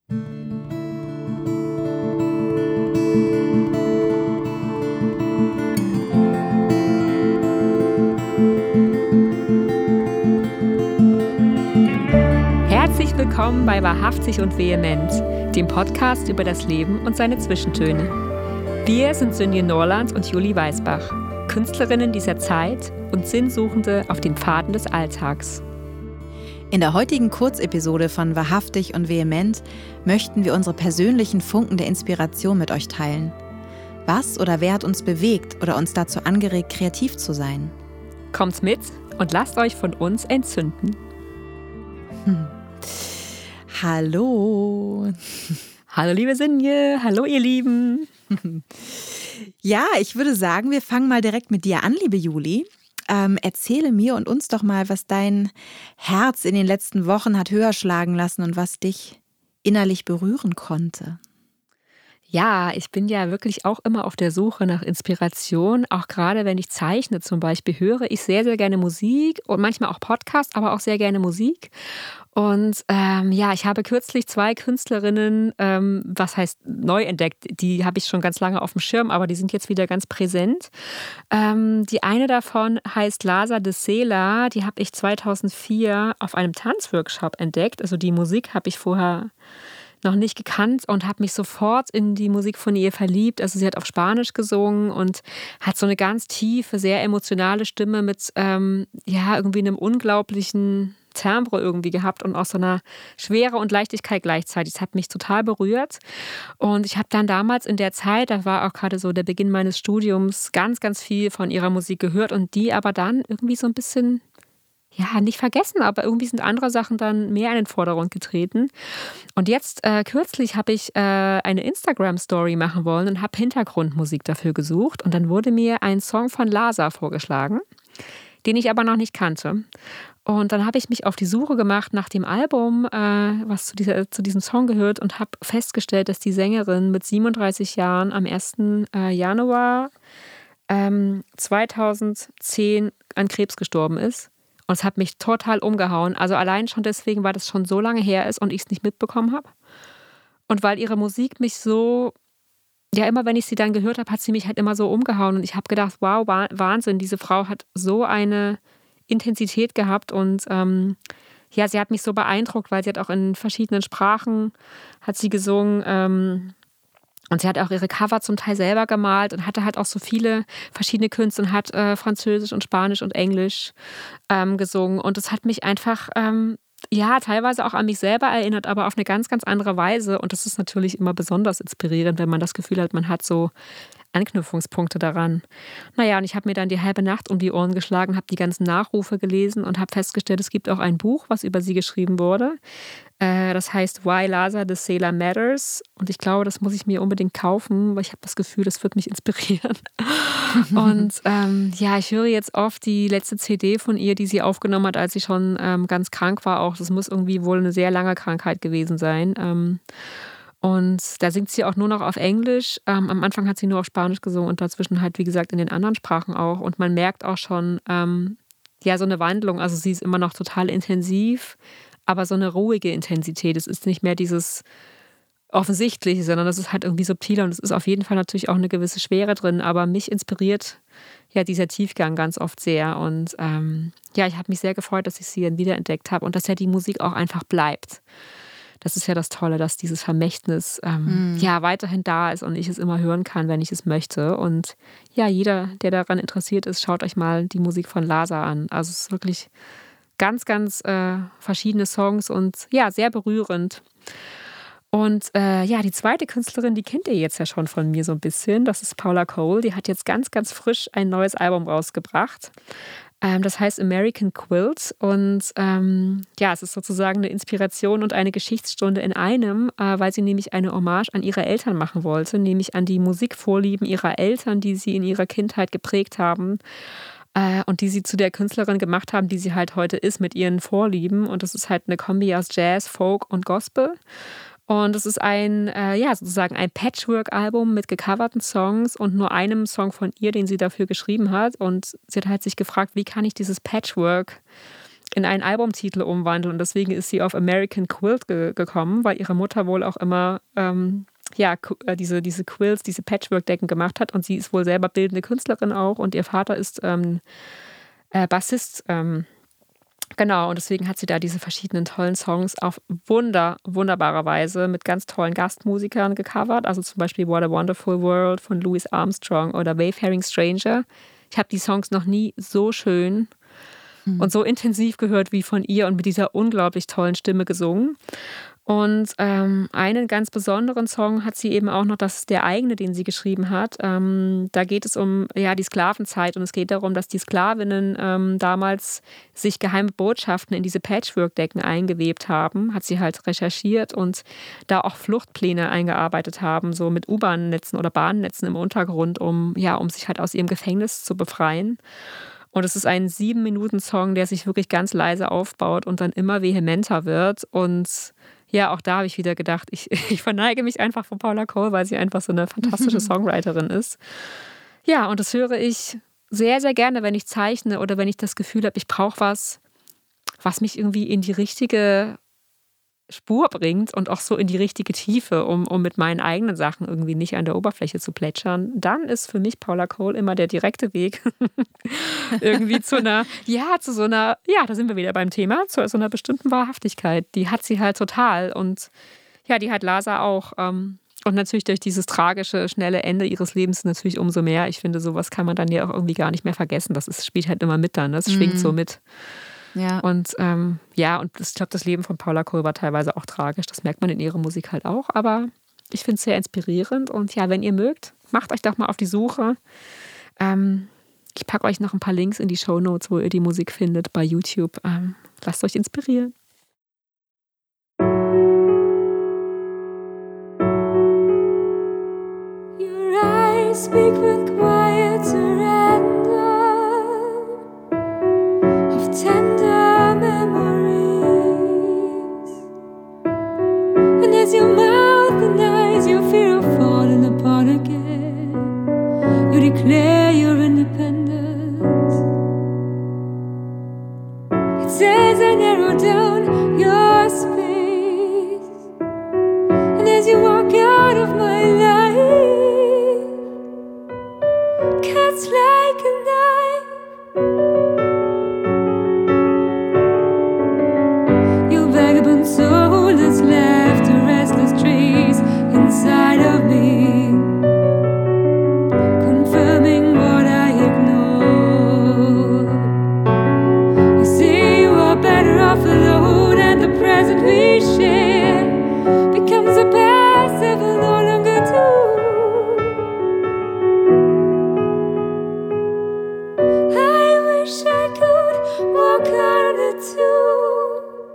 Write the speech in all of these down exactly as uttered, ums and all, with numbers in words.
Herzlich willkommen bei Wahrhaftig und Vehement, dem Podcast über das Leben und seine Zwischentöne. Wir sind Sünje Norland und Juli Weisbach, Künstlerinnen dieser Zeit und Sinnsuchende auf den Pfaden des Alltags. In der heutigen Kurzepisode von Wahrhaftig und Vehement möchten wir unsere persönlichen Funken der Inspiration mit euch teilen. Was oder wer hat uns bewegt oder uns dazu angeregt, kreativ zu sein? Kommt mit und lasst euch von uns entzünden. Hm. Hallo. Hallo liebe Sinje, hallo ihr Lieben. Ja, ich würde sagen, wir fangen mal direkt mit dir an, liebe Juli. Ähm, erzähle mir und uns doch mal, was dein Herz in den letzten Wochen hat höher schlagen lassen und was dich innerlich berühren konnte. Ja, ich bin ja wirklich auch immer auf der Suche nach Inspiration. Auch gerade wenn ich zeichne zum Beispiel, höre ich sehr, sehr gerne Musik und manchmal auch Podcast, aber auch sehr gerne Musik. Und ähm, ja, ich habe kürzlich zwei Künstlerinnen, ähm, was heißt neu entdeckt, die habe ich schon ganz lange auf dem Schirm, aber die sind jetzt wieder ganz präsent. Ähm, die eine davon heißt Lasa de Sela, die habe ich zweitausendvier auf einem Tanzworkshop entdeckt. Also die Musik habe ich vorher noch nicht gekannt und habe mich sofort in die Musik von ihr verliebt. Also sie hat auf Spanisch gesungen und hat so eine ganz tiefe, sehr emotionale Stimme mit ähm, ja irgendwie einem unglaublichen Timbre irgendwie gehabt und auch so einer Schwere und Leichtigkeit gleichzeitig. Das hat mich total berührt. Und ich habe dann damals in der Zeit, da war auch gerade so der Beginn meines Studiums, ganz, ganz viel von ihrer Musik gehört und die aber dann irgendwie so ein bisschen, ja, nicht vergessen, aber irgendwie sind andere Sachen dann mehr in den Vordergrund getreten. Und jetzt äh, kürzlich habe ich äh, eine Instagram-Story machen wollen und habe Hintergrundmusik dafür gesucht. Und dann wurde mir ein Song von Lasa vorgeschlagen, den ich aber noch nicht kannte. Und dann habe ich mich auf die Suche gemacht nach dem Album, äh, was zu, dieser, zu diesem Song gehört und habe festgestellt, dass die Sängerin mit siebenunddreißig Jahren am ersten Januar ähm, zweitausendzehn an Krebs gestorben ist. Und es hat mich total umgehauen. Also allein schon deswegen, weil das schon so lange her ist und ich es nicht mitbekommen habe. Und weil ihre Musik mich so, ja immer wenn ich sie dann gehört habe, hat sie mich halt immer so umgehauen. Und ich habe gedacht, wow, Wahnsinn, diese Frau hat so eine Intensität gehabt. Und ähm, ja, sie hat mich so beeindruckt, weil sie hat auch in verschiedenen Sprachen hat sie gesungen. Ähm, Und sie hat auch ihre Cover zum Teil selber gemalt und hatte halt auch so viele verschiedene Künste und hat äh, Französisch und Spanisch und Englisch ähm, gesungen. Und das hat mich einfach, ähm, ja, teilweise auch an mich selber erinnert, aber auf eine ganz, ganz andere Weise. Und das ist natürlich immer besonders inspirierend, wenn man das Gefühl hat, man hat so Anknüpfungspunkte daran. Naja, und ich habe mir dann die halbe Nacht um die Ohren geschlagen, habe die ganzen Nachrufe gelesen und habe festgestellt, es gibt auch ein Buch, was über sie geschrieben wurde. Äh, das heißt Why Lasa de Sela Matters. Und ich glaube, das muss ich mir unbedingt kaufen, weil ich habe das Gefühl, das wird mich inspirieren. Und ähm, ja, ich höre jetzt oft die letzte C D von ihr, die sie aufgenommen hat, als sie schon ähm, ganz krank war. Auch das muss irgendwie wohl eine sehr lange Krankheit gewesen sein. Ähm, Und da singt sie auch nur noch auf Englisch. Ähm, am Anfang hat sie nur auf Spanisch gesungen und dazwischen halt, wie gesagt, in den anderen Sprachen auch. Und man merkt auch schon, ähm, ja, so eine Wandlung. Also sie ist immer noch total intensiv, aber so eine ruhige Intensität. Es ist nicht mehr dieses Offensichtliche, sondern das ist halt irgendwie subtiler. Und es ist auf jeden Fall natürlich auch eine gewisse Schwere drin. Aber mich inspiriert ja dieser Tiefgang ganz oft sehr. Und ähm, ja, ich habe mich sehr gefreut, dass ich sie dann wiederentdeckt habe und dass ja die Musik auch einfach bleibt. Das ist ja das Tolle, dass dieses Vermächtnis ähm, mm. ja weiterhin da ist und ich es immer hören kann, wenn ich es möchte. Und ja, jeder, der daran interessiert ist, schaut euch mal die Musik von Lasa an. Also es ist wirklich ganz, ganz äh, verschiedene Songs und ja, sehr berührend. Und äh, ja, die zweite Künstlerin, die kennt ihr jetzt ja schon von mir so ein bisschen. Das ist Paula Cole. Die hat jetzt ganz, ganz frisch ein neues Album rausgebracht. Das heißt American Quilt und ähm, ja, es ist sozusagen eine Inspiration und eine Geschichtsstunde in einem, äh, weil sie nämlich eine Hommage an ihre Eltern machen wollte, nämlich an die Musikvorlieben ihrer Eltern, die sie in ihrer Kindheit geprägt haben äh, und die sie zu der Künstlerin gemacht haben, die sie halt heute ist mit ihren Vorlieben. Und das ist halt eine Kombi aus Jazz, Folk und Gospel. Und es ist ein, äh, ja, sozusagen ein Patchwork-Album mit gecoverten Songs und nur einem Song von ihr, den sie dafür geschrieben hat. Und sie hat halt sich gefragt, wie kann ich dieses Patchwork in einen Albumtitel umwandeln. Und deswegen ist sie auf American Quilt ge- gekommen, weil ihre Mutter wohl auch immer ähm, ja, diese, diese Quilts, diese Patchwork-Decken gemacht hat. Und sie ist wohl selber bildende Künstlerin auch. Und ihr Vater ist ähm, äh, Bassist. Ähm, genau, und deswegen hat sie da diese verschiedenen tollen Songs auf wunder, wunderbare Weise mit ganz tollen Gastmusikern gecovert. Also zum Beispiel What a Wonderful World von Louis Armstrong oder Wayfaring Stranger. Ich habe die Songs noch nie so schön und so intensiv gehört wie von ihr und mit dieser unglaublich tollen Stimme gesungen. Und ähm, einen ganz besonderen Song hat sie eben auch noch, das ist der eigene, den sie geschrieben hat. Ähm, da geht es um ja, die Sklavenzeit und es geht darum, dass die Sklavinnen ähm, damals sich geheime Botschaften in diese Patchwork-Decken eingewebt haben. Hat sie halt recherchiert und da auch Fluchtpläne eingearbeitet haben, so mit U-Bahn-Netzen oder Bahnnetzen im Untergrund, um, ja, um sich halt aus ihrem Gefängnis zu befreien. Und es ist ein sieben-Minuten-Song, der sich wirklich ganz leise aufbaut und dann immer vehementer wird. Und ja, auch da habe ich wieder gedacht, ich, ich verneige mich einfach vor Paula Cole, weil sie einfach so eine fantastische Songwriterin ist. Ja, und das höre ich sehr, sehr gerne, wenn ich zeichne oder wenn ich das Gefühl habe, ich brauche was, was mich irgendwie in die richtige Spur bringt und auch so in die richtige Tiefe, um, um mit meinen eigenen Sachen irgendwie nicht an der Oberfläche zu plätschern. Dann ist für mich Paula Cole immer der direkte Weg irgendwie zu einer, ja, zu so einer, ja, da sind wir wieder beim Thema, zu so einer bestimmten Wahrhaftigkeit. Die hat sie halt total und ja, die hat Lasa auch. Ähm, und natürlich durch dieses tragische, schnelle Ende ihres Lebens natürlich umso mehr. Ich finde, sowas kann man dann ja auch irgendwie gar nicht mehr vergessen. Das ist, spielt halt immer mit dann, das schwingt mm. so mit. Ja. Und ähm, ja, und ich glaube, das Leben von Paula Cole war teilweise auch tragisch. Das merkt man in ihrer Musik halt auch. Aber ich finde es sehr inspirierend. Und ja, wenn ihr mögt, macht euch doch mal auf die Suche. Ähm, ich packe euch noch ein paar Links in die Shownotes, wo ihr die Musik findet bei YouTube. Ähm, lasst euch inspirieren. Your eyes speak with quiet surrender of tender memories, and as your mouth denies your fear of falling apart again, you declare your independence. It says I narrow down your space, and as you walk out of my life, cuts like a knife. Your vagabond soul has left a restless trace inside of me, confirming what I ignored. You say you are better off alone, and the present we share becomes a past that will no longer do. I wish I could walk out of the tomb.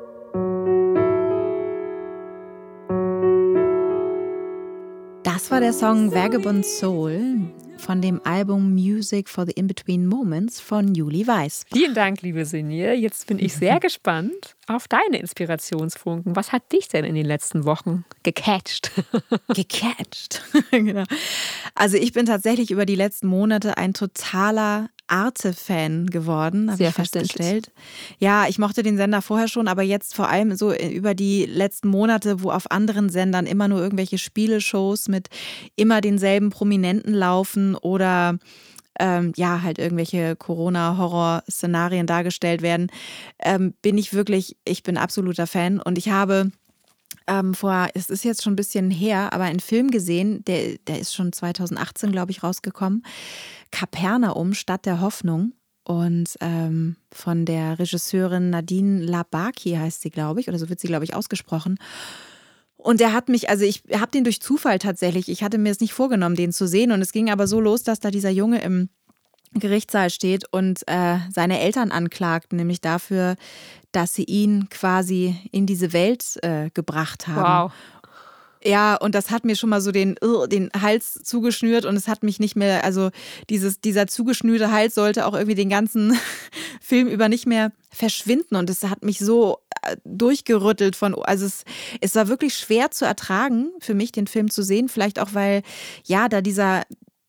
Das war der Song Vagabond Soul von dem Album Music for the In-Between Moments von Julie Weiß. Vielen Dank, liebe Sinje. Jetzt bin ich sehr gespannt auf deine Inspirationsfunken. Was hat dich denn in den letzten Wochen gecatcht? Gecatcht, genau. Also ich bin tatsächlich über die letzten Monate ein totaler Arte-Fan geworden, habe ich festgestellt. Ja, ich mochte den Sender vorher schon, aber jetzt vor allem so über die letzten Monate, wo auf anderen Sendern immer nur irgendwelche Spieleshows mit immer denselben Prominenten laufen oder ähm, ja, halt irgendwelche Corona-Horror-Szenarien dargestellt werden, ähm, bin ich wirklich, ich bin absoluter Fan und ich habe Ähm, vor, es ist jetzt schon ein bisschen her, aber einen Film gesehen, der, der ist schon zweitausendachtzehn, glaube ich, rausgekommen. Kapernaum, Stadt der Hoffnung. Und ähm, von der Regisseurin Nadine Labaki heißt sie, glaube ich, oder so wird sie, glaube ich, ausgesprochen. Und der hat mich, also ich habe den durch Zufall tatsächlich, ich hatte mir es nicht vorgenommen, den zu sehen. Und es ging aber so los, dass da dieser Junge im Gerichtssaal steht und äh, seine Eltern anklagt, nämlich dafür, dass sie ihn quasi in diese Welt äh, gebracht haben. Wow. Ja, und das hat mir schon mal so den, den Hals zugeschnürt und es hat mich nicht mehr, also dieses, dieser zugeschnürte Hals sollte auch irgendwie den ganzen Film über nicht mehr verschwinden und es hat mich so durchgerüttelt von, also es, es war wirklich schwer zu ertragen für mich, den Film zu sehen, vielleicht auch, weil ja, da dieser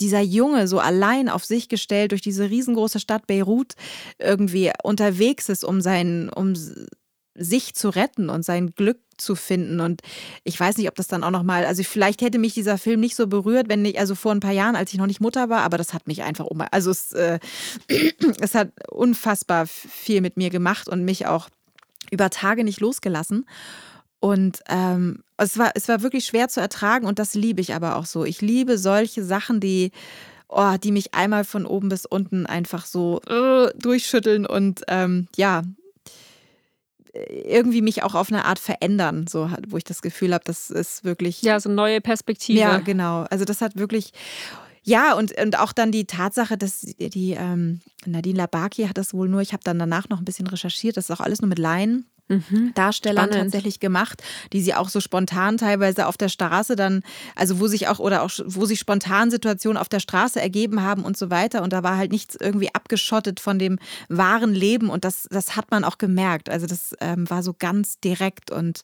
dieser Junge so allein auf sich gestellt durch diese riesengroße Stadt Beirut irgendwie unterwegs ist, um sein, um sich zu retten und sein Glück zu finden. Und ich weiß nicht, ob das dann auch nochmal, also vielleicht hätte mich dieser Film nicht so berührt, wenn ich, also vor ein paar Jahren, als ich noch nicht Mutter war, aber das hat mich einfach um, also es, äh, es hat unfassbar viel mit mir gemacht und mich auch über Tage nicht losgelassen. Und ähm, es war, es war wirklich schwer zu ertragen und das liebe ich aber auch so. Ich liebe solche Sachen, die, oh, die mich einmal von oben bis unten einfach so äh, durchschütteln und ähm, ja, irgendwie mich auch auf eine Art verändern, so, wo ich das Gefühl habe, das ist wirklich... Ja, so eine neue Perspektive. Ja, genau. Also das hat wirklich... Ja, und, und auch dann die Tatsache, dass die ähm, Nadine Labaki hat das wohl nur, ich habe dann danach noch ein bisschen recherchiert, das ist auch alles nur mit Laien. Mhm. Darstellern Spannend. tatsächlich gemacht, die sie auch so spontan teilweise auf der Straße dann, also wo sich auch oder auch wo sich spontan Situationen auf der Straße ergeben haben und so weiter und da war halt nichts irgendwie abgeschottet von dem wahren Leben und das, das hat man auch gemerkt, also das ähm, war so ganz direkt und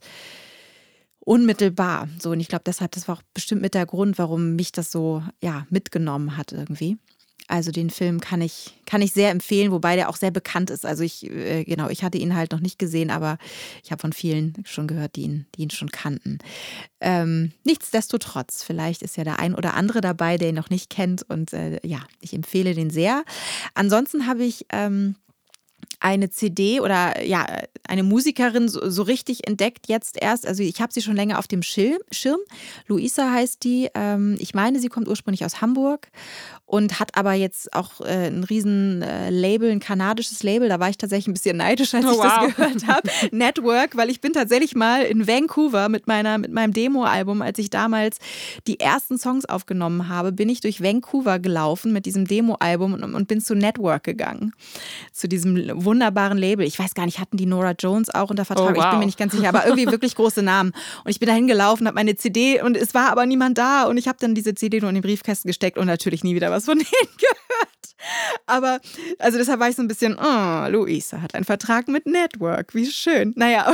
unmittelbar, so und ich glaube deshalb, das war auch bestimmt mit der Grund, warum mich das so ja mitgenommen hat irgendwie. Also den Film kann ich, kann ich sehr empfehlen, wobei der auch sehr bekannt ist. Also ich, äh, genau, ich hatte ihn halt noch nicht gesehen, aber ich habe von vielen schon gehört, die ihn, die ihn schon kannten. Ähm, nichtsdestotrotz, vielleicht ist ja der ein oder andere dabei, der ihn noch nicht kennt und äh, ja, ich empfehle den sehr. Ansonsten habe ich ähm, eine C D oder ja, eine Musikerin so, so richtig entdeckt jetzt erst. Also ich habe sie schon länger auf dem Schirm. Luisa heißt die. Ähm, ich meine, sie kommt ursprünglich aus Hamburg und hat aber jetzt auch äh, ein riesen äh, Label, ein kanadisches Label. Da war ich tatsächlich ein bisschen neidisch, als oh, ich wow. das gehört habe. Network, weil ich bin tatsächlich mal in Vancouver mit meiner mit meinem Demo-Album, als ich damals die ersten Songs aufgenommen habe, bin ich durch Vancouver gelaufen mit diesem Demo-Album und, und bin zu Network gegangen. Zu diesem wunderbaren Label. Ich weiß gar nicht, hatten die Nora Jones auch unter Vertrag? Oh, wow. Ich bin mir nicht ganz sicher, aber irgendwie wirklich große Namen. Und ich bin da hingelaufen, habe meine C D und es war aber niemand da und ich habe dann diese C D nur in den Briefkasten gesteckt und natürlich nie wieder was von denen gehört. Aber, also deshalb war ich so ein bisschen, oh, Luisa hat einen Vertrag mit Network, wie schön. Naja,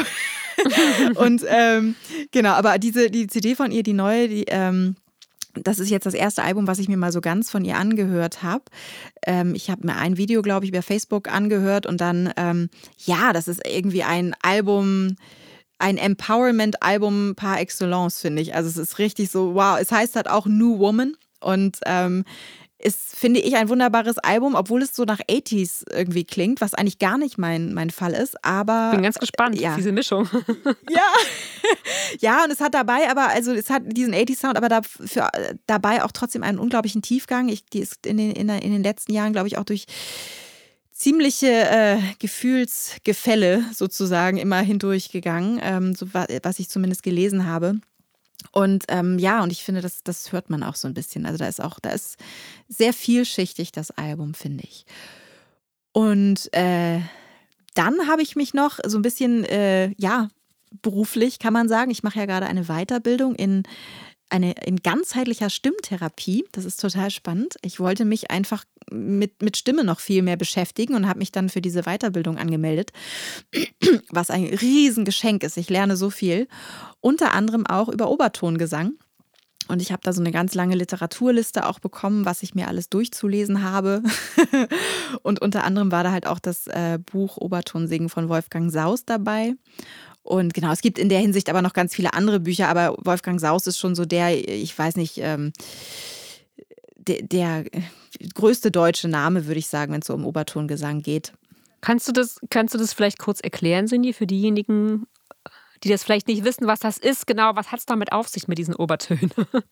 und ähm, genau, aber diese, die C D von ihr, die neue, die, ähm, das ist jetzt das erste Album, was ich mir mal so ganz von ihr angehört habe. Ähm, ich habe mir ein Video, glaube ich, über Facebook angehört und dann, ähm, ja, das ist irgendwie ein Album, ein Empowerment-Album par excellence, finde ich. Also es ist richtig so, wow, es heißt halt auch New Woman und ähm, ist, finde ich, ein wunderbares Album, obwohl es so nach achtziger irgendwie klingt, was eigentlich gar nicht mein, mein Fall ist, aber... Bin ganz gespannt, ja. diese Mischung. Ja, ja, und es hat dabei, aber also es hat diesen achtziger-Sound, aber dafür, dabei auch trotzdem einen unglaublichen Tiefgang. Ich, die ist in den, in, in den letzten Jahren, glaube ich, auch durch ziemliche äh, Gefühlsgefälle sozusagen immer hindurchgegangen, ähm, so, was ich zumindest gelesen habe. Und ähm, ja, und ich finde, das, das hört man auch so ein bisschen. Also da ist auch, da ist sehr vielschichtig das Album, finde ich. Und äh, dann habe ich mich noch so ein bisschen, äh, ja, beruflich kann man sagen, ich mache ja gerade eine Weiterbildung in, eine, in ganzheitlicher Stimmtherapie. Das ist total spannend. Ich wollte mich einfach mit, mit Stimme noch viel mehr beschäftigen und habe mich dann für diese Weiterbildung angemeldet, was ein Riesengeschenk ist. Ich lerne so viel. Unter anderem auch über Obertongesang. Und ich habe da so eine ganz lange Literaturliste auch bekommen, was ich mir alles durchzulesen habe. Und unter anderem war da halt auch das äh, Buch Obertonsingen von Wolfgang Saus dabei. Und genau, es gibt in der Hinsicht aber noch ganz viele andere Bücher, aber Wolfgang Saus ist schon so der, ich weiß nicht, ähm, der, der größte deutsche Name, würde ich sagen, wenn es so um Obertongesang geht. Kannst du das, kannst du das vielleicht kurz erklären, Cindy, für diejenigen, die das vielleicht nicht wissen, was das ist? Genau, was hat es damit auf sich mit diesen Obertönen?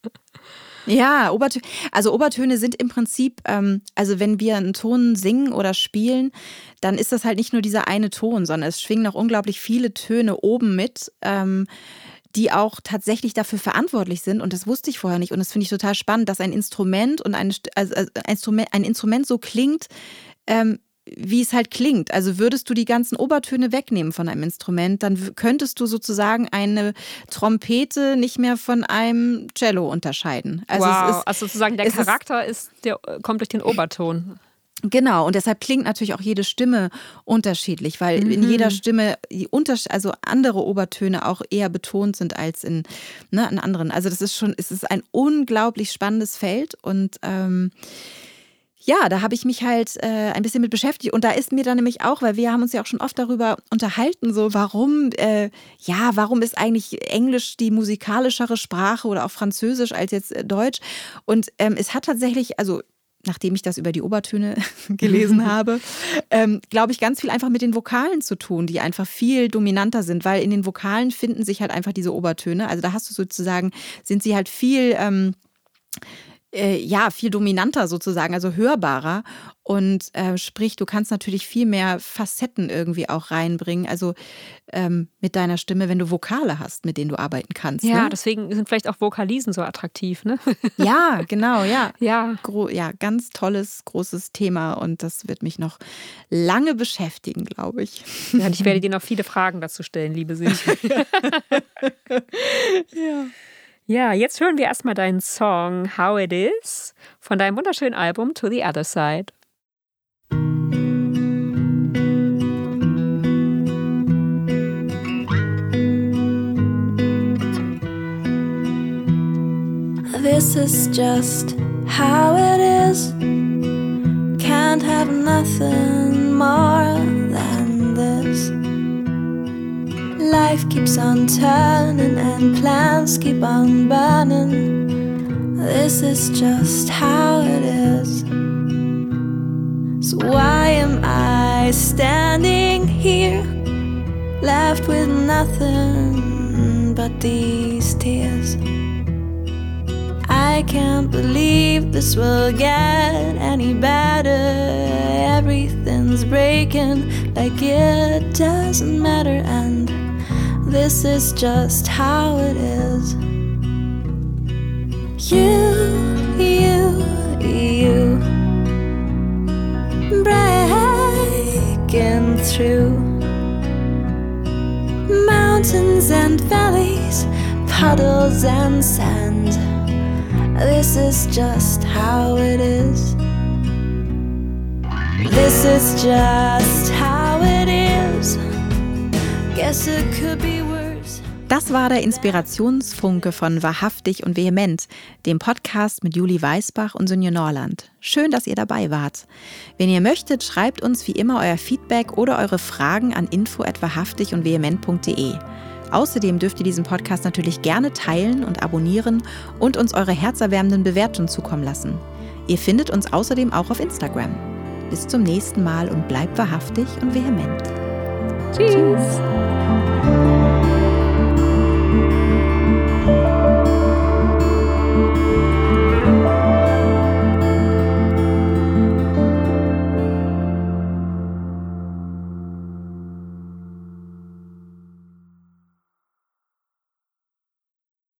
Ja, Obertöne, also Obertöne sind im Prinzip, ähm, also wenn wir einen Ton singen oder spielen, dann ist das halt nicht nur dieser eine Ton, sondern es schwingen noch unglaublich viele Töne oben mit, ähm, die auch tatsächlich dafür verantwortlich sind. Und das wusste ich vorher nicht. Und das finde ich total spannend, dass ein Instrument und ein, also ein, Instrument, ein Instrument so klingt, ähm, wie es halt klingt. Also würdest du die ganzen Obertöne wegnehmen von einem Instrument, dann könntest du sozusagen eine Trompete nicht mehr von einem Cello unterscheiden. Also wow, es ist, also sozusagen der Charakter ist, ist, der kommt durch den Oberton. Genau, und deshalb klingt natürlich auch jede Stimme unterschiedlich, weil mhm. in jeder Stimme die Unters- also andere Obertöne auch eher betont sind als in, ne, in anderen. Also das ist schon, es ist ein unglaublich spannendes Feld und ähm, ja, da habe ich mich halt äh, ein bisschen mit beschäftigt und da ist mir dann nämlich auch, weil wir haben uns ja auch schon oft darüber unterhalten, so warum, äh, ja, warum ist eigentlich Englisch die musikalischere Sprache oder auch Französisch als jetzt Deutsch? Und ähm, es hat tatsächlich, also nachdem ich das über die Obertöne gelesen habe, ähm, glaube ich, ganz viel einfach mit den Vokalen zu tun, die einfach viel dominanter sind, weil in den Vokalen finden sich halt einfach diese Obertöne. Also da hast du sozusagen, sind sie halt viel, ähm, äh, ja, viel dominanter sozusagen, also hörbarer. Und äh, sprich, du kannst natürlich viel mehr Facetten irgendwie auch reinbringen, also ähm, mit deiner Stimme, wenn du Vokale hast, mit denen du arbeiten kannst. Ja, ne? deswegen sind vielleicht auch Vokalisen so attraktiv, ne? Ja, genau, ja. Ja. Gro- ja, ganz tolles, großes Thema und das wird mich noch lange beschäftigen, glaube ich. Ja, und ich werde dir noch viele Fragen dazu stellen, liebe Silke. Ja. Ja, jetzt hören wir erstmal deinen Song How It Is von deinem wunderschönen Album To the Other Side. This is just how it is. Can't have nothing more than this. Life keeps on turning and plans keep on burning. This is just how it is. So why am I standing here, left with nothing but these tears? I can't believe this will get any better. Everything's breaking like it doesn't matter, and this is just how it is. You, you, you breaking through mountains and valleys, puddles and sand. This is just how it is. This is just how it is. Guess it could be worse. Das war der Inspirationsfunke von Wahrhaftig und Vehement, dem Podcast mit Julie Weisbach und Sonja Norland. Schön, dass ihr dabei wart. Wenn ihr möchtet, schreibt uns wie immer euer Feedback oder eure Fragen an info at wahrhaftig und vehement punkt de. Außerdem dürft ihr diesen Podcast natürlich gerne teilen und abonnieren und uns eure herzerwärmenden Bewertungen zukommen lassen. Ihr findet uns außerdem auch auf Instagram. Bis zum nächsten Mal und bleibt wahrhaftig und vehement. Tschüss.